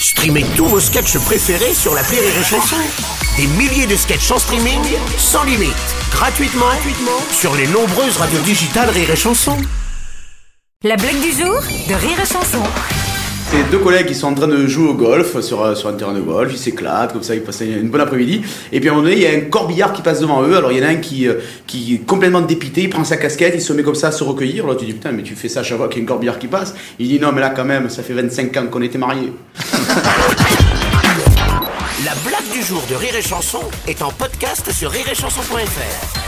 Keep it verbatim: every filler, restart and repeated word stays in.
Streamez tous vos sketchs préférés sur l'appli Rire et Chanson. Des milliers de sketchs en streaming, sans limite, gratuitement, gratuitement sur les nombreuses radios digitales Rire et Chanson. La blague du jour de Rire et Chanson. C'est deux collègues qui sont en train de jouer au golf sur, sur un terrain de golf, ils s'éclatent, comme ça ils passent une bonne après-midi. Et puis à un moment donné, il y a un corbillard qui passe devant eux, alors il y en a un qui, qui est complètement dépité, il prend sa casquette, il se met comme ça à se recueillir. Alors tu dis putain, mais tu fais ça à chaque fois qu'il y a un corbillard qui passe. Il dit non, mais là quand même, ça fait vingt-cinq ans qu'on était mariés. La blague du jour de Rire et Chanson est en podcast sur rire et chanson point f r.